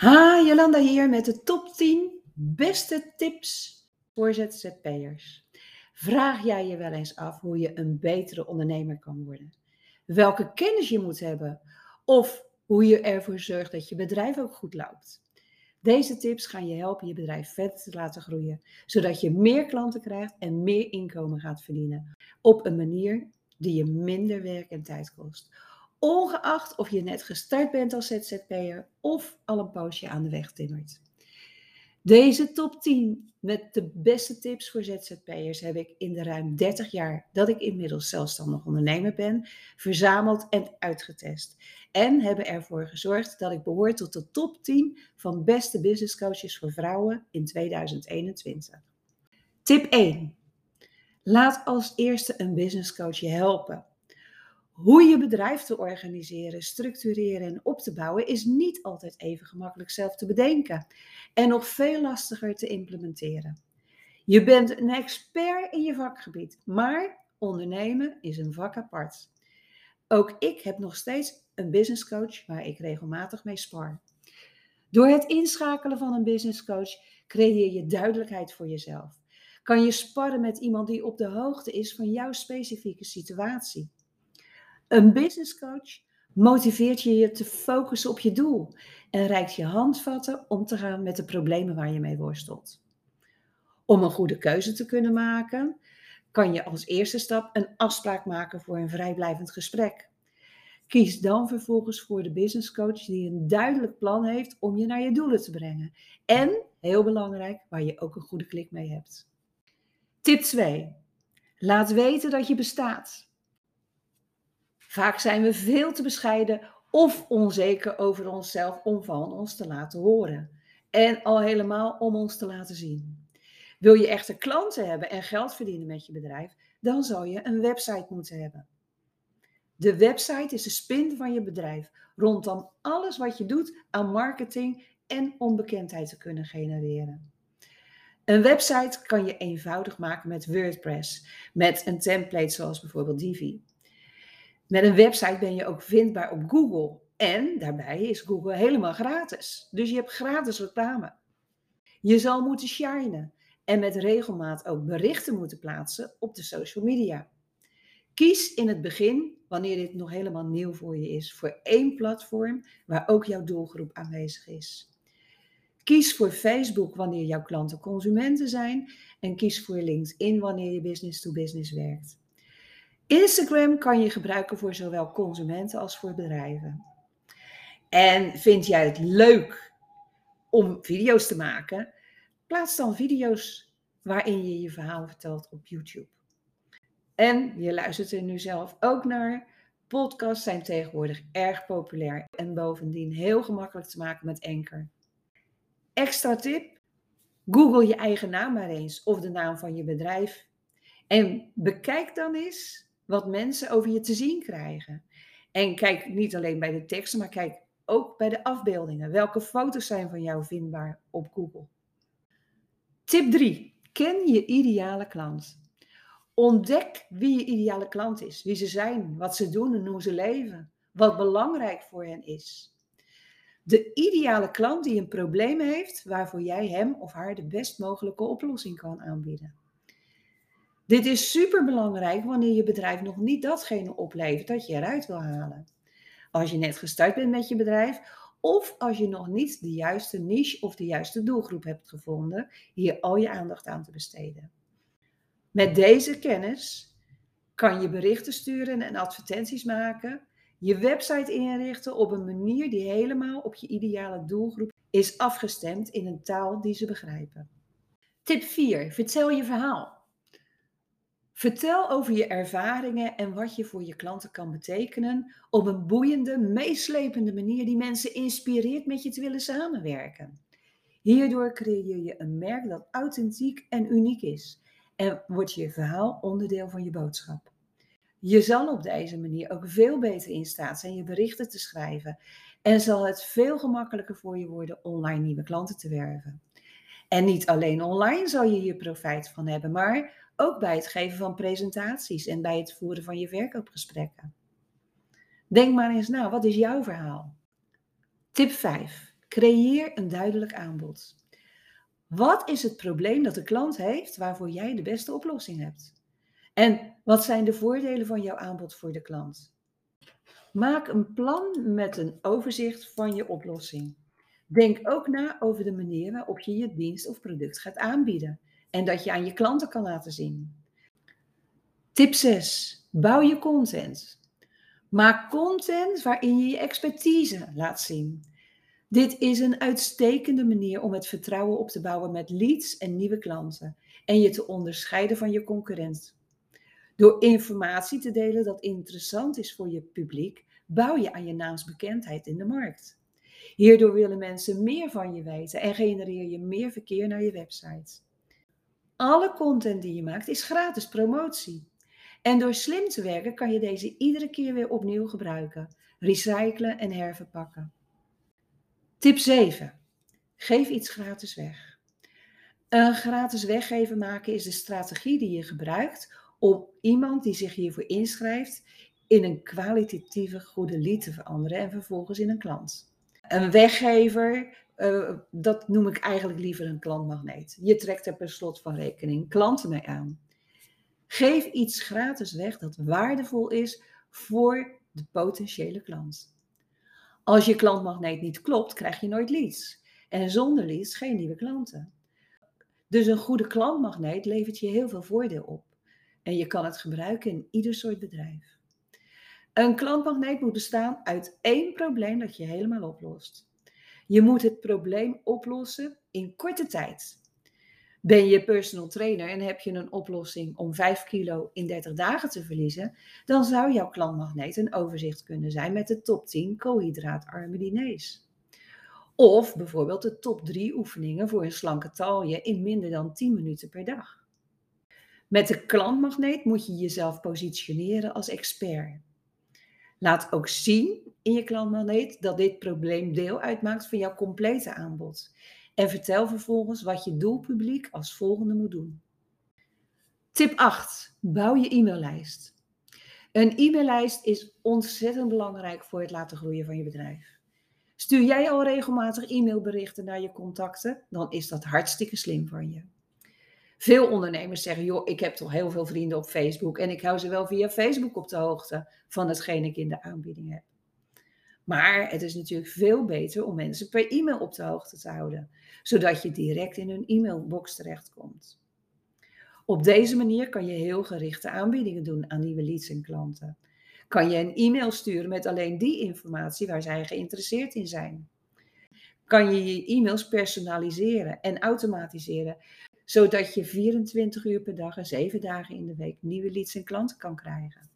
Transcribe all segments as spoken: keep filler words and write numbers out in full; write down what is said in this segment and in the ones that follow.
Ha, Jolanda hier met de top tien beste tips voor Z Z P'ers. Vraag jij je wel eens af hoe je een betere ondernemer kan worden? Welke kennis je moet hebben? Of hoe je ervoor zorgt dat je bedrijf ook goed loopt? Deze tips gaan je helpen je bedrijf verder te laten groeien, zodat je meer klanten krijgt en meer inkomen gaat verdienen. Op een manier die je minder werk en tijd kost. Ongeacht of je net gestart bent als Z Z P'er of al een poosje aan de weg timmert. Deze top tien met de beste tips voor Z Z P'ers heb ik in de ruim dertig jaar dat ik inmiddels zelfstandig ondernemer ben, verzameld en uitgetest. En hebben ervoor gezorgd dat ik behoor tot de top tien van beste business coaches voor vrouwen in tweeduizend eenentwintig. Tip één. Laat als eerste een business coach je helpen. Hoe je bedrijf te organiseren, structureren en op te bouwen is niet altijd even gemakkelijk zelf te bedenken en nog veel lastiger te implementeren. Je bent een expert in je vakgebied, maar ondernemen is een vak apart. Ook ik heb nog steeds een business coach waar ik regelmatig mee spar. Door het inschakelen van een business coach creëer je duidelijkheid voor jezelf. Kan je sparren met iemand die op de hoogte is van jouw specifieke situatie. Een business coach motiveert je je te focussen op je doel en reikt je handvatten om te gaan met de problemen waar je mee worstelt. Om een goede keuze te kunnen maken, kan je als eerste stap een afspraak maken voor een vrijblijvend gesprek. Kies dan vervolgens voor de business coach die een duidelijk plan heeft om je naar je doelen te brengen. En, heel belangrijk, waar je ook een goede klik mee hebt. Tip twee. Laat weten dat je bestaat. Vaak zijn we veel te bescheiden of onzeker over onszelf om van ons te laten horen. En al helemaal om ons te laten zien. Wil je echte klanten hebben en geld verdienen met je bedrijf, dan zou je een website moeten hebben. De website is de spin van je bedrijf, rondom alles wat je doet aan marketing en onbekendheid te kunnen genereren. Een website kan je eenvoudig maken met WordPress, met een template zoals bijvoorbeeld Divi. Met een website ben je ook vindbaar op Google en daarbij is Google helemaal gratis, dus je hebt gratis reclame. Je zal moeten shinen en met regelmaat ook berichten moeten plaatsen op de social media. Kies in het begin, wanneer dit nog helemaal nieuw voor je is, voor één platform waar ook jouw doelgroep aanwezig is. Kies voor Facebook wanneer jouw klanten consumenten zijn en kies voor LinkedIn wanneer je business to business werkt. Instagram kan je gebruiken voor zowel consumenten als voor bedrijven. En vind jij het leuk om video's te maken? Plaats dan video's waarin je je verhaal vertelt op YouTube. En je luistert er nu zelf ook naar. Podcasts zijn tegenwoordig erg populair en bovendien heel gemakkelijk te maken met Anchor. Extra tip, Google je eigen naam maar eens of de naam van je bedrijf. En bekijk dan eens wat mensen over je te zien krijgen. En kijk niet alleen bij de teksten, maar kijk ook bij de afbeeldingen. Welke foto's zijn van jou vindbaar op Google? Tip drie. Ken je ideale klant. Ontdek wie je ideale klant is, wie ze zijn, wat ze doen en hoe ze leven, wat belangrijk voor hen is. De ideale klant die een probleem heeft waarvoor jij hem of haar de best mogelijke oplossing kan aanbieden. Dit is superbelangrijk wanneer je bedrijf nog niet datgene oplevert dat je eruit wil halen. Als je net gestart bent met je bedrijf of als je nog niet de juiste niche of de juiste doelgroep hebt gevonden, hier al je aandacht aan te besteden. Met deze kennis kan je berichten sturen en advertenties maken, je website inrichten op een manier die helemaal op je ideale doelgroep is afgestemd in een taal die ze begrijpen. Tip vier. Vertel je verhaal. Vertel over je ervaringen en wat je voor je klanten kan betekenen op een boeiende, meeslepende manier die mensen inspireert met je te willen samenwerken. Hierdoor creëer je een merk dat authentiek en uniek is en wordt je verhaal onderdeel van je boodschap. Je zal op deze manier ook veel beter in staat zijn je berichten te schrijven en zal het veel gemakkelijker voor je worden online nieuwe klanten te werven. En niet alleen online zal je hier profijt van hebben, maar ook bij het geven van presentaties en bij het voeren van je verkoopgesprekken. Denk maar eens na, wat is jouw verhaal? Tip vijf. Creëer een duidelijk aanbod. Wat is het probleem dat de klant heeft waarvoor jij de beste oplossing hebt? En wat zijn de voordelen van jouw aanbod voor de klant? Maak een plan met een overzicht van je oplossing. Denk ook na over de manier waarop je je dienst of product gaat aanbieden en dat je aan je klanten kan laten zien. Tip zes. Bouw je content. Maak content waarin je je expertise laat zien. Dit is een uitstekende manier om het vertrouwen op te bouwen met leads en nieuwe klanten en je te onderscheiden van je concurrent. Door informatie te delen dat interessant is voor je publiek, bouw je aan je naamsbekendheid in de markt. Hierdoor willen mensen meer van je weten en genereer je meer verkeer naar je website. Alle content die je maakt is gratis promotie. En door slim te werken kan je deze iedere keer weer opnieuw gebruiken, recyclen en herverpakken. Tip zeven. Geef iets gratis weg. Een gratis weggeven maken is de strategie die je gebruikt om iemand die zich hiervoor inschrijft in een kwalitatieve goede lead te veranderen en vervolgens in een klant. Een weggever, uh, dat noem ik eigenlijk liever een klantmagneet. Je trekt er per slot van rekening klanten mee aan. Geef iets gratis weg dat waardevol is voor de potentiële klant. Als je klantmagneet niet klopt, krijg je nooit leads. En zonder leads geen nieuwe klanten. Dus een goede klantmagneet levert je heel veel voordeel op. En je kan het gebruiken in ieder soort bedrijf. Een klantmagneet moet bestaan uit één probleem dat je helemaal oplost. Je moet het probleem oplossen in korte tijd. Ben je personal trainer en heb je een oplossing om vijf kilo in dertig dagen te verliezen, dan zou jouw klantmagneet een overzicht kunnen zijn met de top tien koolhydraatarme diners. Of bijvoorbeeld de top drie oefeningen voor een slanke taille in minder dan tien minuten per dag. Met de klantmagneet moet je jezelf positioneren als expert. Laat ook zien in je klantmagneet dat dit probleem deel uitmaakt van jouw complete aanbod. En vertel vervolgens wat je doelpubliek als volgende moet doen. Tip acht. Bouw je e-maillijst. Een e-maillijst is ontzettend belangrijk voor het laten groeien van je bedrijf. Stuur jij al regelmatig e-mailberichten naar je contacten, dan is dat hartstikke slim van je. Veel ondernemers zeggen, joh, ik heb toch heel veel vrienden op Facebook en ik hou ze wel via Facebook op de hoogte van hetgeen ik in de aanbieding heb. Maar het is natuurlijk veel beter om mensen per e-mail op de hoogte te houden, zodat je direct in hun e-mailbox terechtkomt. Op deze manier kan je heel gerichte aanbiedingen doen aan nieuwe leads en klanten. Kan je een e-mail sturen met alleen die informatie waar zij geïnteresseerd in zijn. Kan je je e-mails personaliseren en automatiseren, zodat je vierentwintig uur per dag en zeven dagen in de week nieuwe leads en klanten kan krijgen.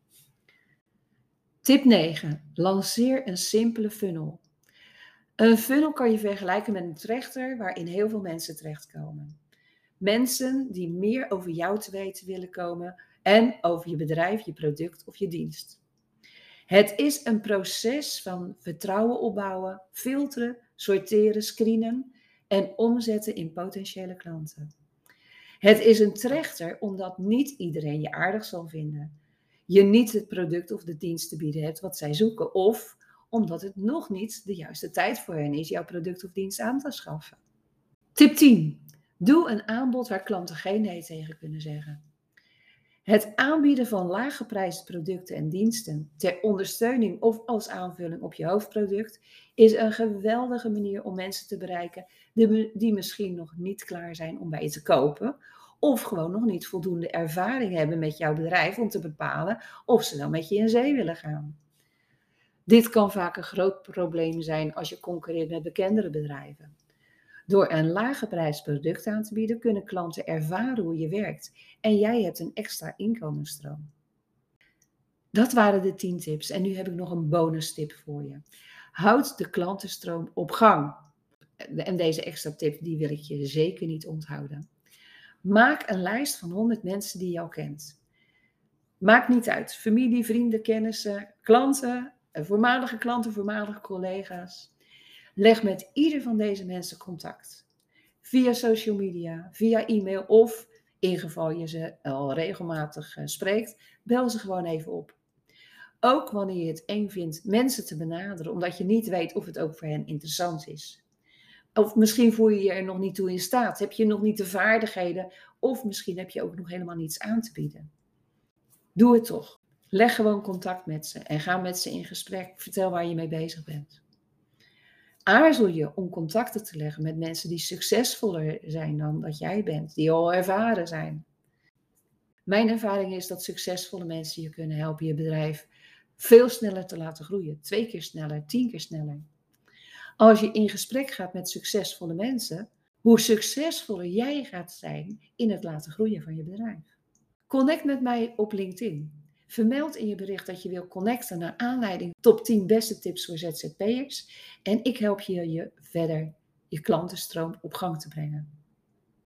Tip negen. Lanceer een simpele funnel. Een funnel kan je vergelijken met een trechter waarin heel veel mensen terechtkomen. Mensen die meer over jou te weten willen komen en over je bedrijf, je product of je dienst. Het is een proces van vertrouwen opbouwen, filteren, sorteren, screenen en omzetten in potentiële klanten. Het is een trechter omdat niet iedereen je aardig zal vinden. Je niet het product of de dienst te bieden hebt wat zij zoeken of omdat het nog niet de juiste tijd voor hen is jouw product of dienst aan te schaffen. Tip tien. Doe een aanbod waar klanten geen nee tegen kunnen zeggen. Het aanbieden van laaggeprijsde producten en diensten ter ondersteuning of als aanvulling op je hoofdproduct is een geweldige manier om mensen te bereiken die misschien nog niet klaar zijn om bij je te kopen of gewoon nog niet voldoende ervaring hebben met jouw bedrijf om te bepalen of ze dan met je in zee willen gaan. Dit kan vaak een groot probleem zijn als je concurreert met bekendere bedrijven. Door een lage product aan te bieden kunnen klanten ervaren hoe je werkt en jij hebt een extra inkomensstroom. Dat waren de tien tips en nu heb ik nog een bonus tip voor je. Houd de klantenstroom op gang. En deze extra tip die wil ik je zeker niet onthouden. Maak een lijst van honderd mensen die je al kent. Maakt niet uit, familie, vrienden, kennissen, klanten, voormalige klanten, voormalige collega's. Leg met ieder van deze mensen contact. Via social media, via e-mail of, in geval je ze al regelmatig spreekt, bel ze gewoon even op. Ook wanneer je het eng vindt mensen te benaderen, omdat je niet weet of het ook voor hen interessant is. Of misschien voel je je er nog niet toe in staat, heb je nog niet de vaardigheden, of misschien heb je ook nog helemaal niets aan te bieden. Doe het toch. Leg gewoon contact met ze en ga met ze in gesprek. Vertel waar je mee bezig bent. Aarzel je om contacten te leggen met mensen die succesvoller zijn dan dat jij bent, die al ervaren zijn. Mijn ervaring is dat succesvolle mensen je kunnen helpen je bedrijf veel sneller te laten groeien. Twee keer sneller, tien keer sneller. Als je in gesprek gaat met succesvolle mensen, hoe succesvoller jij gaat zijn in het laten groeien van je bedrijf. Connect met mij op LinkedIn. Vermeld in je bericht dat je wil connecten naar aanleiding top tien beste tips voor Z Z P'ers. En ik help je je verder je klantenstroom op gang te brengen.